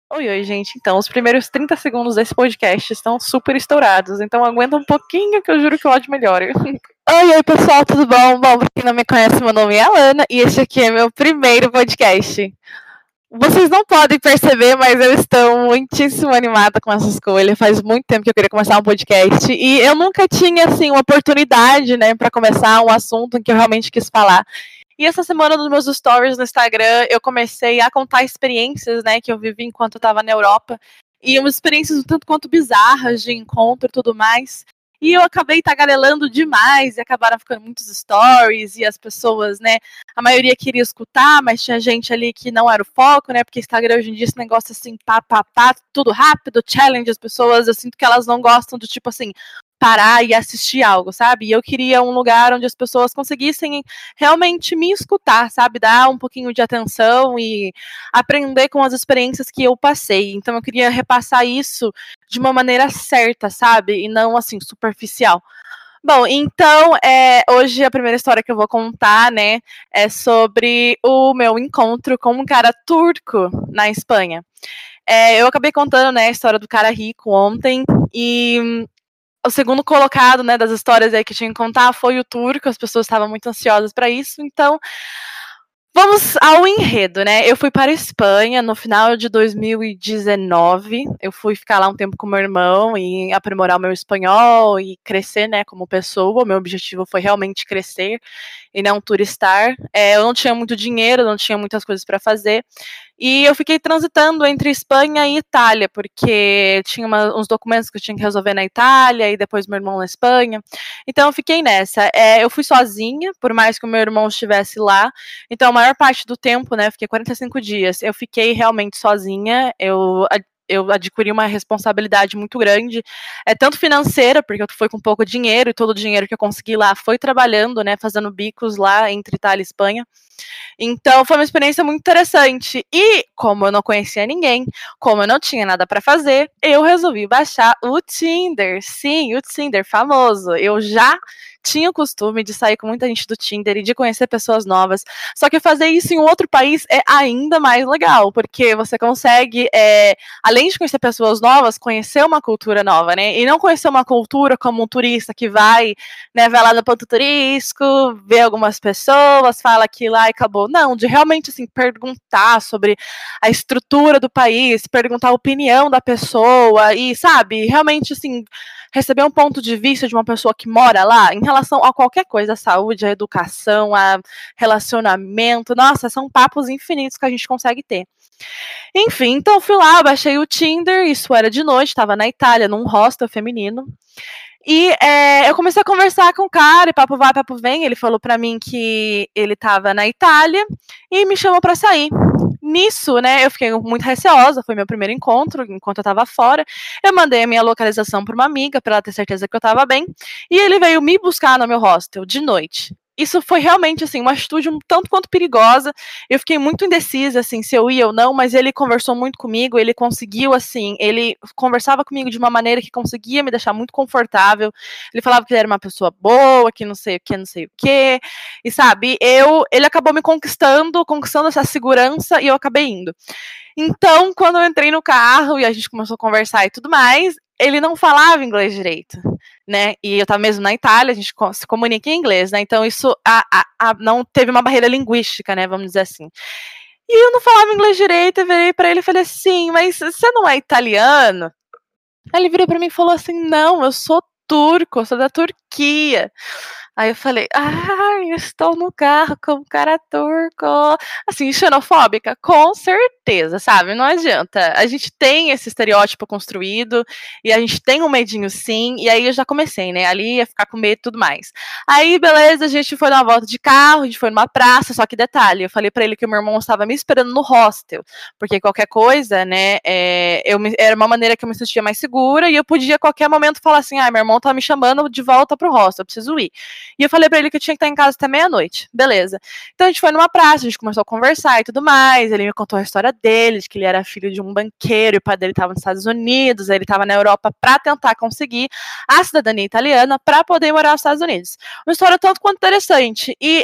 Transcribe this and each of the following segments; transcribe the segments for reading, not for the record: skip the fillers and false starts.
Oi, gente. Então, os primeiros 30 segundos desse podcast estão super estourados, então aguenta um pouquinho que eu juro que o áudio melhora. Oi, pessoal, tudo bom? Bom, pra quem não me conhece, meu nome é Alana e este aqui é meu primeiro podcast. Vocês não podem perceber, mas eu estou muitíssimo animada com essa escolha. Faz muito tempo que eu queria começar um podcast e eu nunca tinha, assim, uma oportunidade, né, para começar um assunto em que eu realmente quis falar. E essa semana, nos meus stories no Instagram, eu comecei a contar experiências, né, que eu vivi enquanto eu estava na Europa. E umas experiências um tanto quanto bizarras de encontro e tudo mais. E eu acabei tagarelando demais e acabaram ficando muitos stories e as pessoas, né, a maioria queria escutar, mas tinha gente ali que não era o foco, né, porque Instagram hoje em dia esse negócio assim, pá, pá, pá, tudo rápido, challenge, as pessoas, eu sinto que elas não gostam do tipo assim, parar e assistir algo, sabe? E eu queria um lugar onde as pessoas conseguissem realmente me escutar, sabe? Dar um pouquinho de atenção e aprender com as experiências que eu passei. Então eu queria repassar isso de uma maneira certa, sabe? E não assim, superficial. Bom, então, hoje a primeira história que eu vou contar, né, é sobre o meu encontro com um cara turco na Espanha. Eu acabei contando, né, a história do cara rico ontem, e o segundo colocado, né, das histórias aí que tinha que contar foi o turco, as pessoas estavam muito ansiosas para isso, então vamos ao enredo, né? Eu fui para a Espanha no final de 2019. Eu fui ficar lá um tempo com meu irmão e aprimorar o meu espanhol e crescer, né, como pessoa. O meu objetivo foi realmente crescer e não turistar. Eu não tinha muito dinheiro, não tinha muitas coisas para fazer. E eu fiquei transitando entre Espanha e Itália, porque tinha uns documentos que eu tinha que resolver na Itália e depois meu irmão na Espanha. Então eu fiquei nessa. Eu fui sozinha, por mais que o meu irmão estivesse lá. Então a maior parte do tempo, né, fiquei 45 dias, eu fiquei realmente sozinha. Eu adquiri uma responsabilidade muito grande, tanto financeira, porque eu fui com pouco dinheiro, e todo o dinheiro que eu consegui lá foi trabalhando, né, fazendo bicos lá entre Itália e Espanha. Então foi uma experiência muito interessante. E como eu não conhecia ninguém, como eu não tinha nada para fazer, eu resolvi baixar o Tinder. Sim, o Tinder famoso. Eu já tinha o costume de sair com muita gente do Tinder e de conhecer pessoas novas. Só que fazer isso em um outro país é ainda mais legal, porque você consegue, além de conhecer pessoas novas, conhecer uma cultura nova, né? E não conhecer uma cultura como um turista que vai, né, vai lá no ponto turístico, vê algumas pessoas, fala aquilo lá e acabou. Não, de realmente assim perguntar sobre a estrutura do país, perguntar a opinião da pessoa e, sabe, realmente assim receber um ponto de vista de uma pessoa que mora lá em relação a qualquer coisa, a saúde, a educação, a relacionamento. Nossa, são papos infinitos que a gente consegue ter. Enfim, então fui lá, baixei o Tinder, isso era de noite, estava na Itália, num hostel feminino. E eu comecei a conversar com o cara, e papo vai, papo vem. Ele falou pra mim que ele tava na Itália e me chamou pra sair. Nisso, né, eu fiquei muito receosa, foi meu primeiro encontro, enquanto eu tava fora. Eu mandei a minha localização pra uma amiga, pra ela ter certeza que eu tava bem. E ele veio me buscar no meu hostel, de noite. Isso foi realmente, assim, uma atitude um tanto quanto perigosa. Eu fiquei muito indecisa, assim, se eu ia ou não, mas ele conversou muito comigo, ele conseguiu, assim, ele conversava comigo de uma maneira que conseguia me deixar muito confortável. Ele falava que ele era uma pessoa boa, que não sei o que, não sei o que. E, sabe, ele acabou me conquistando essa segurança e eu acabei indo. Então, quando eu entrei no carro e a gente começou a conversar e tudo mais, ele não falava inglês direito, né? E eu tava mesmo na Itália, a gente se comunica em inglês, né? Então isso não teve uma barreira linguística, né? Vamos dizer assim. E eu não falava inglês direito, eu virei pra ele e falei assim, mas você não é italiano? Aí ele virou pra mim e falou assim, não, eu sou turco, eu sou da Turquia. Aí eu falei, ai, estou no carro com um cara turco. Assim, xenofóbica? Com certeza, sabe? Não adianta. A gente tem esse estereótipo construído e a gente tem um medinho sim. E aí eu já comecei, né? Ali ia ficar com medo e tudo mais. Aí, beleza, a gente foi dar uma volta de carro, a gente foi numa praça, só que detalhe, eu falei pra ele que o meu irmão estava me esperando no hostel, porque qualquer coisa, né, era uma maneira que eu me sentia mais segura e eu podia a qualquer momento falar assim, meu irmão tá me chamando de volta pro hostel, eu preciso ir. E eu falei pra ele que eu tinha que estar em casa até meia-noite. Beleza. Então a gente foi numa praça, a gente começou a conversar e tudo mais. Ele me contou a história dele, de que ele era filho de um banqueiro e o pai dele estava nos Estados Unidos, ele estava na Europa para tentar conseguir a cidadania italiana para poder morar nos Estados Unidos. Uma história tanto quanto interessante. E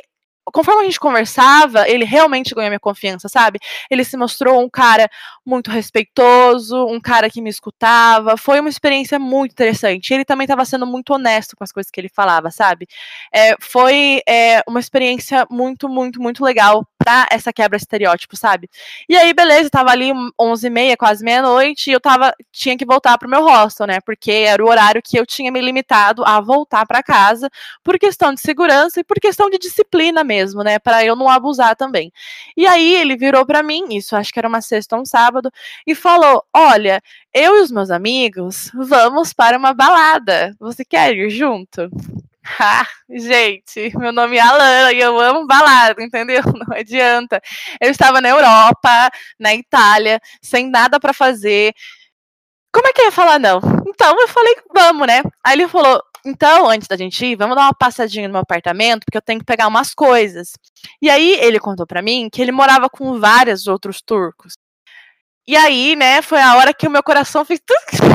conforme a gente conversava, ele realmente ganhou minha confiança, sabe? Ele se mostrou um cara muito respeitoso, um cara que me escutava. Foi uma experiência muito interessante. Ele também estava sendo muito honesto com as coisas que ele falava, sabe? Foi uma experiência muito, muito, muito legal pra essa quebra de estereótipo, sabe? E aí, beleza, tava ali 11h30, quase meia-noite, e eu tinha que voltar pro meu hostel, né? Porque era o horário que eu tinha me limitado a voltar pra casa por questão de segurança e por questão de disciplina mesmo, né? Pra eu não abusar também. E aí ele virou pra mim, isso acho que era uma sexta ou um sábado, e falou: olha, eu e os meus amigos vamos para uma balada. Você quer ir junto? Ah, gente, meu nome é Alana e eu amo balada, entendeu? Não adianta. Eu estava na Europa, na Itália, sem nada pra fazer. Como é que eu ia falar não? Então eu falei, vamos, né? Aí ele falou, então, antes da gente ir, vamos dar uma passadinha no meu apartamento, porque eu tenho que pegar umas coisas. E aí ele contou pra mim que ele morava com vários outros turcos. E aí, né, foi a hora que o meu coração fez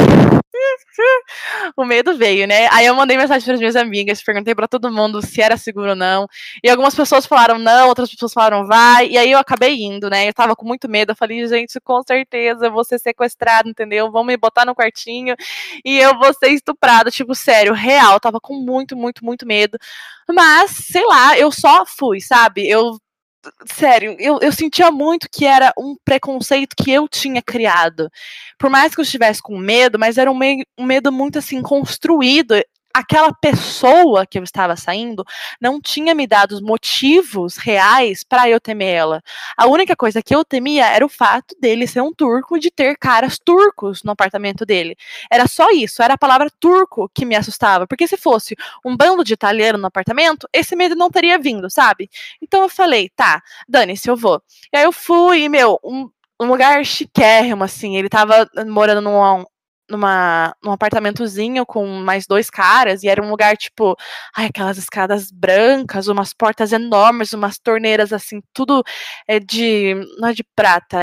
o medo veio, né? Aí eu mandei mensagem para as minhas amigas, perguntei para todo mundo se era seguro ou não. E algumas pessoas falaram não, outras pessoas falaram vai. E aí eu acabei indo, né? Eu tava com muito medo. Eu falei, gente, com certeza eu vou ser sequestrada, entendeu? Vão me botar no quartinho e eu vou ser estuprada. Tipo, sério, real. Eu tava com muito, muito, muito medo. Mas, sei lá, eu só fui, sabe? Sério, eu sentia muito que era um preconceito que eu tinha criado. Por mais que eu estivesse com medo, mas era um medo muito assim construído. Aquela pessoa que eu estava saindo não tinha me dado os motivos reais para eu temer ela. A única coisa que eu temia era o fato dele ser um turco, de ter caras turcos no apartamento dele. Era só isso, era a palavra turco que me assustava. Porque se fosse um bando de italiano no apartamento, esse medo não teria vindo, sabe? Então eu falei, tá, dane-se, eu vou. E aí eu fui, e, meu, um lugar chiquérrimo, assim. Ele tava morando num apartamentozinho com mais 2 caras, e era um lugar, tipo, ai, aquelas escadas brancas, umas portas enormes, umas torneiras, assim, tudo não é de prata,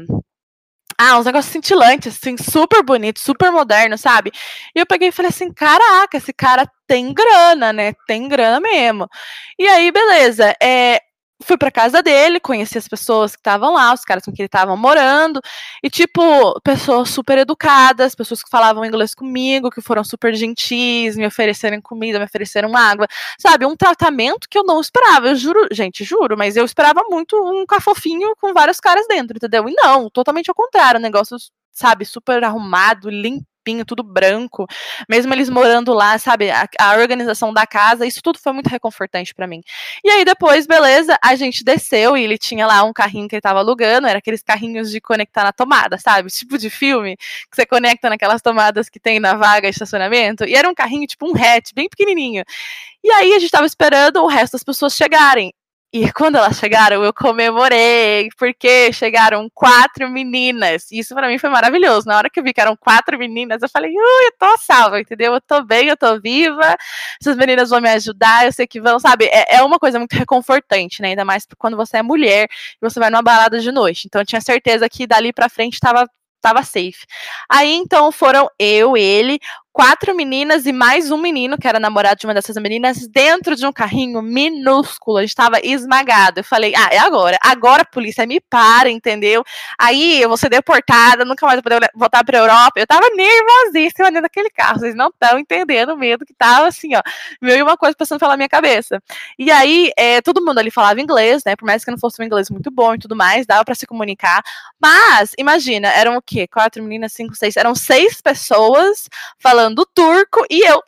uns negócios cintilantes, assim, super bonito, super moderno, sabe? E eu peguei e falei assim, caraca, esse cara tem grana, né? Tem grana mesmo. E aí, beleza, fui pra casa dele, conheci as pessoas que estavam lá, os caras com quem ele tava morando, e tipo, pessoas super educadas, pessoas que falavam inglês comigo, que foram super gentis, me ofereceram comida, me ofereceram água, sabe, um tratamento que eu não esperava, eu juro, gente, juro, mas eu esperava muito um cafofinho com vários caras dentro, entendeu? E não, totalmente ao contrário, um negócio, sabe, super arrumado, limpinho, tudo branco, mesmo eles morando lá, sabe, a organização da casa, isso tudo foi muito reconfortante pra mim. E aí depois, beleza, a gente desceu e ele tinha lá um carrinho que ele tava alugando, era aqueles carrinhos de conectar na tomada, sabe, tipo de filme, que você conecta naquelas tomadas que tem na vaga de estacionamento, e era um carrinho tipo um hatch, bem pequenininho. E aí a gente tava esperando o resto das pessoas chegarem. E quando elas chegaram, eu comemorei, porque chegaram 4 meninas. E isso pra mim foi maravilhoso. Na hora que eu vi que eram 4 meninas, eu falei, eu tô salva, entendeu? Eu tô bem, eu tô viva. Essas meninas vão me ajudar, eu sei que vão, sabe? É uma coisa muito reconfortante, né? Ainda mais quando você é mulher e você vai numa balada de noite. Então eu tinha certeza que dali pra frente tava safe. Aí então foram eu, ele, 4 meninas e mais um menino, que era namorado de uma dessas meninas, dentro de um carrinho minúsculo. A gente tava esmagado. Eu falei, é agora. Agora a polícia me para, entendeu? Aí eu vou ser deportada, nunca mais vou poder voltar pra Europa. Eu tava nervosíssima dentro daquele carro. Vocês não estão entendendo o medo que tava, assim, ó. Mil e uma coisa passando pela minha cabeça. E aí, todo mundo ali falava inglês, né? Por mais que não fosse um inglês muito bom e tudo mais, dava pra se comunicar. Mas, imagina, eram o quê? 4 meninas, 5, 6. Eram 6 pessoas falando turco e eu.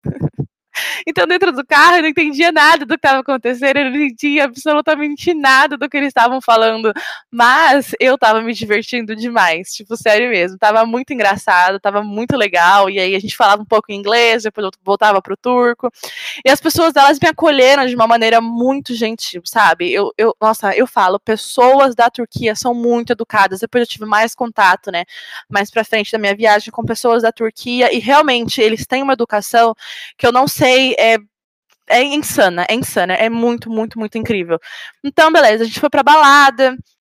Então, dentro do carro, eu não entendia nada do que estava acontecendo, eu não entendia absolutamente nada do que eles estavam falando, mas eu estava me divertindo demais, tipo, sério mesmo, tava muito engraçado, tava muito legal, e aí a gente falava um pouco em inglês, depois eu voltava pro turco, e as pessoas, elas me acolheram de uma maneira muito gentil, sabe? Nossa, eu falo, pessoas da Turquia são muito educadas, depois eu tive mais contato, né, mais pra frente da minha viagem com pessoas da Turquia, e realmente, eles têm uma educação que eu não sei, é insana, é muito, muito, muito incrível. Então, beleza, a gente foi pra balada,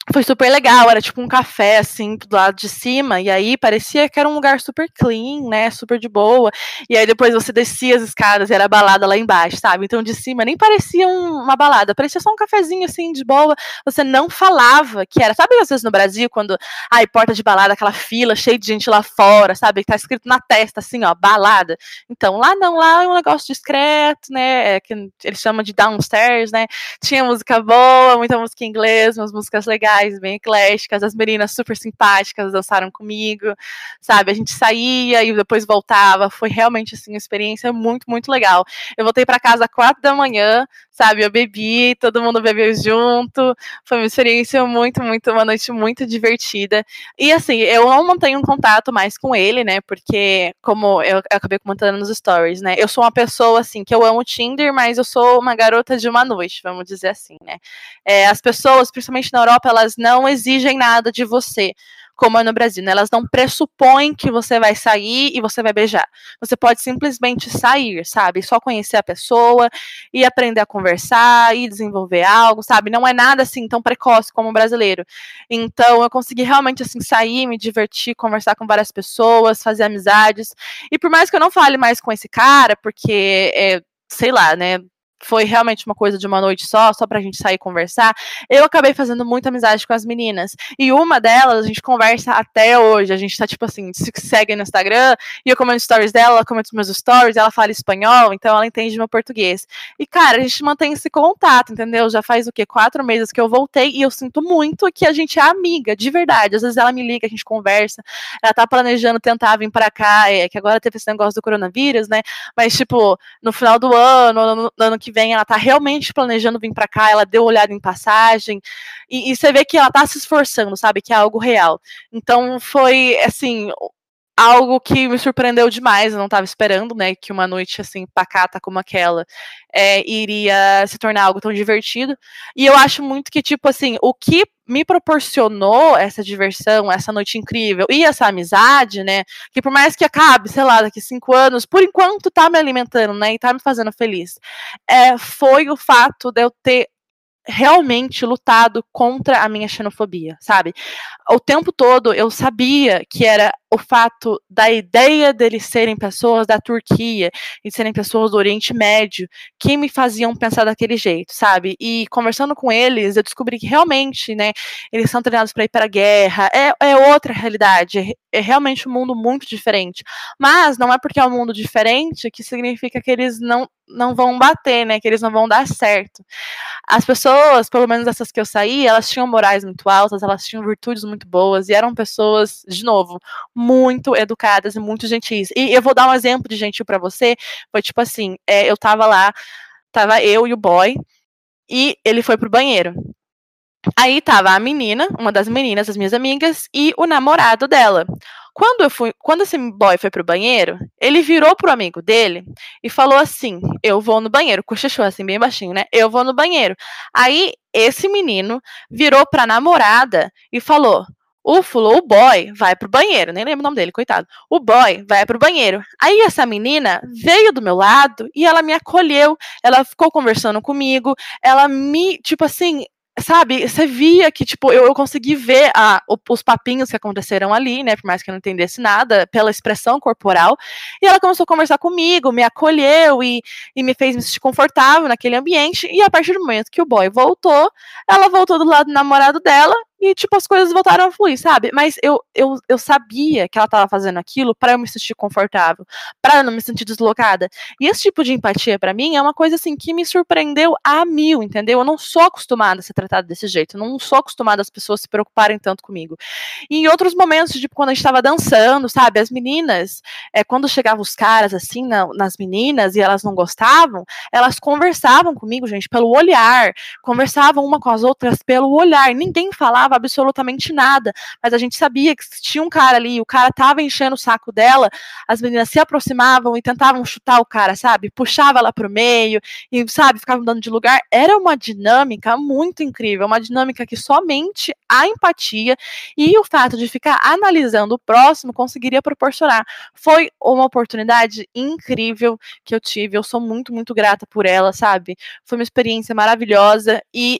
Foi super legal, era tipo um café, assim, do lado de cima, e aí parecia que era um lugar super clean, né, super de boa, e aí depois você descia as escadas e era balada lá embaixo, sabe? Então de cima nem parecia uma balada, parecia só um cafezinho, assim, de boa, você não falava que era, sabe às vezes no Brasil, quando, ai, porta de balada, aquela fila, cheia de gente lá fora, sabe, que tá escrito na testa, assim, ó, balada. Então lá não, lá é um negócio discreto, né, que eles chamam de downstairs, né, tinha música boa, muita música em inglês, umas músicas legais, bem ecléticas, as meninas super simpáticas dançaram comigo, sabe? A gente saía e depois voltava, foi realmente assim uma experiência muito, muito legal. Eu voltei para casa às 4 da manhã, sabe? Eu bebi, todo mundo bebeu junto, foi uma experiência muito, muito, uma noite muito divertida. E assim, eu não mantenho um contato mais com ele, né? Porque, como eu acabei comentando nos stories, né? Eu sou uma pessoa assim que eu amo o Tinder, mas eu sou uma garota de uma noite, vamos dizer assim, né? As pessoas, principalmente na Europa, elas não exigem nada de você, como é no Brasil, né? Elas não pressupõem que você vai sair e você vai beijar. Você pode simplesmente sair, sabe? Só conhecer a pessoa e aprender a conversar e desenvolver algo, sabe? Não é nada assim tão precoce como o brasileiro. Então eu consegui realmente assim sair, me divertir, conversar com várias pessoas, fazer amizades. E por mais que eu não fale mais com esse cara, porque sei lá, né? Foi realmente uma coisa de uma noite só pra gente sair e conversar, eu acabei fazendo muita amizade com as meninas. E uma delas, a gente conversa até hoje. A gente tá, tipo assim, se segue no Instagram, e eu comento stories dela, ela comenta os meus stories, ela fala espanhol, então ela entende meu português. E, cara, a gente mantém esse contato, entendeu? Já faz o quê? 4 meses que eu voltei, e eu sinto muito que a gente é amiga, de verdade. Às vezes ela me liga, a gente conversa, ela tá planejando tentar vir pra cá, que agora teve esse negócio do coronavírus, né? Mas, tipo, no final do ano, no ano que vem, ela tá realmente planejando vir pra cá, ela deu olhada em passagem, e você vê que ela tá se esforçando, sabe, que é algo real. Então foi, assim, algo que me surpreendeu demais, eu não tava esperando, né, que uma noite, assim, pacata como aquela iria se tornar algo tão divertido, e eu acho muito que, tipo assim, o que me proporcionou essa diversão, essa noite incrível e essa amizade, né, que por mais que acabe, sei lá, daqui 5 anos, por enquanto tá me alimentando, né, e tá me fazendo feliz, foi o fato de eu ter realmente lutado contra a minha xenofobia, sabe? O tempo todo eu sabia que era o fato da ideia deles serem pessoas da Turquia e serem pessoas do Oriente Médio que me faziam pensar daquele jeito, sabe? E conversando com eles, eu descobri que realmente, né, eles são treinados para ir para a guerra, é outra realidade, é realmente um mundo muito diferente. Mas não é porque é um mundo diferente que significa que eles não vão bater, né, que eles não vão dar certo. As pessoas, pelo menos essas que eu saí, elas tinham morais muito altas, elas tinham virtudes muito boas e eram pessoas, de novo, muito educadas e muito gentis. E eu vou dar um exemplo de gentil pra você. Foi tipo assim, eu tava lá, tava eu e o boy, e ele foi pro banheiro. Aí tava a menina, uma das meninas, as minhas amigas, e o namorado dela. Quando esse boy foi pro banheiro, ele virou pro amigo dele e falou assim: Eu vou no banheiro, cochichou assim, bem baixinho, né? Eu vou no banheiro. Aí esse menino virou pra namorada e falou: o boy vai pro banheiro, nem lembro o nome dele, coitado. O boy vai pro banheiro. Aí essa menina veio do meu lado e ela me acolheu, ela ficou conversando comigo, ela me, tipo assim, sabe, você via que, tipo, eu consegui ver os papinhos que aconteceram ali, né, por mais que eu não entendesse nada, pela expressão corporal, e ela começou a conversar comigo, me acolheu e me fez me sentir confortável naquele ambiente, e a partir do momento que o boy voltou, ela voltou do lado do namorado dela, e, tipo, as coisas voltaram a fluir, sabe? Mas eu sabia que ela tava fazendo aquilo pra eu me sentir confortável, pra eu não me sentir deslocada. E esse tipo de empatia, pra mim, é uma coisa, assim, que me surpreendeu a mil, entendeu? Eu não sou acostumada a ser tratada desse jeito, eu não sou acostumada as pessoas se preocuparem tanto comigo. E em outros momentos, tipo, quando a gente tava dançando, sabe? As meninas, quando chegavam os caras, assim, nas meninas, e elas não gostavam, elas conversavam comigo, gente, pelo olhar, conversavam uma com as outras pelo olhar, ninguém falava absolutamente nada, mas a gente sabia que se tinha um cara ali, o cara tava enchendo o saco dela, as meninas se aproximavam e tentavam chutar o cara, sabe? Puxava ela pro meio e, sabe, ficavam dando de lugar. Era uma dinâmica muito incrível, uma dinâmica que somente a empatia e o fato de ficar analisando o próximo conseguiria proporcionar. Foi uma oportunidade incrível que eu tive, eu sou muito, muito grata por ela, sabe? Foi uma experiência maravilhosa e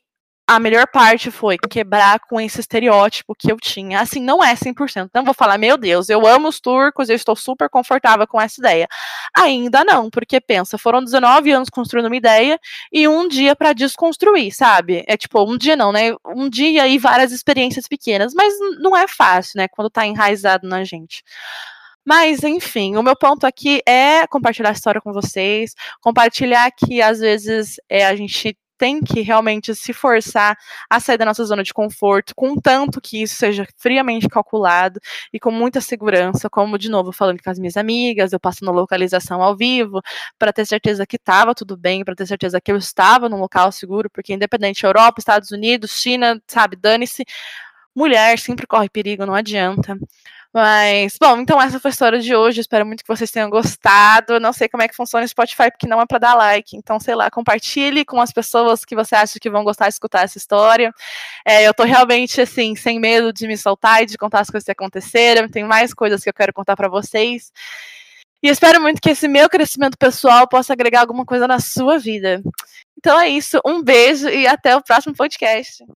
a melhor parte foi quebrar com esse estereótipo que eu tinha. Assim, não é 100%. Não vou falar, meu Deus, eu amo os turcos, eu estou super confortável com essa ideia. Ainda não, porque pensa, foram 19 anos construindo uma ideia e um dia para desconstruir, sabe? É tipo, um dia não, né? Um dia e várias experiências pequenas, mas não é fácil, né? Quando tá enraizado na gente. Mas, enfim, o meu ponto aqui é compartilhar a história com vocês, compartilhar que às vezes a gente tem que realmente se forçar a sair da nossa zona de conforto, contanto que isso seja friamente calculado e com muita segurança, como, de novo, falando com as minhas amigas, eu passando a localização ao vivo, para ter certeza que estava tudo bem, para ter certeza que eu estava num local seguro, porque independente, Europa, Estados Unidos, China, sabe, dane-se, mulher sempre corre perigo, não adianta. Mas, bom, então essa foi a história de hoje. Espero muito que vocês tenham gostado. Eu não sei como é que funciona o Spotify, porque não é pra dar like. Então, sei lá, compartilhe com as pessoas que você acha que vão gostar de escutar essa história. Eu tô realmente, assim, sem medo de me soltar e de contar as coisas que aconteceram. Tem mais coisas que eu quero contar pra vocês. E espero muito que esse meu crescimento pessoal possa agregar alguma coisa na sua vida. Então é isso. Um beijo e até o próximo podcast.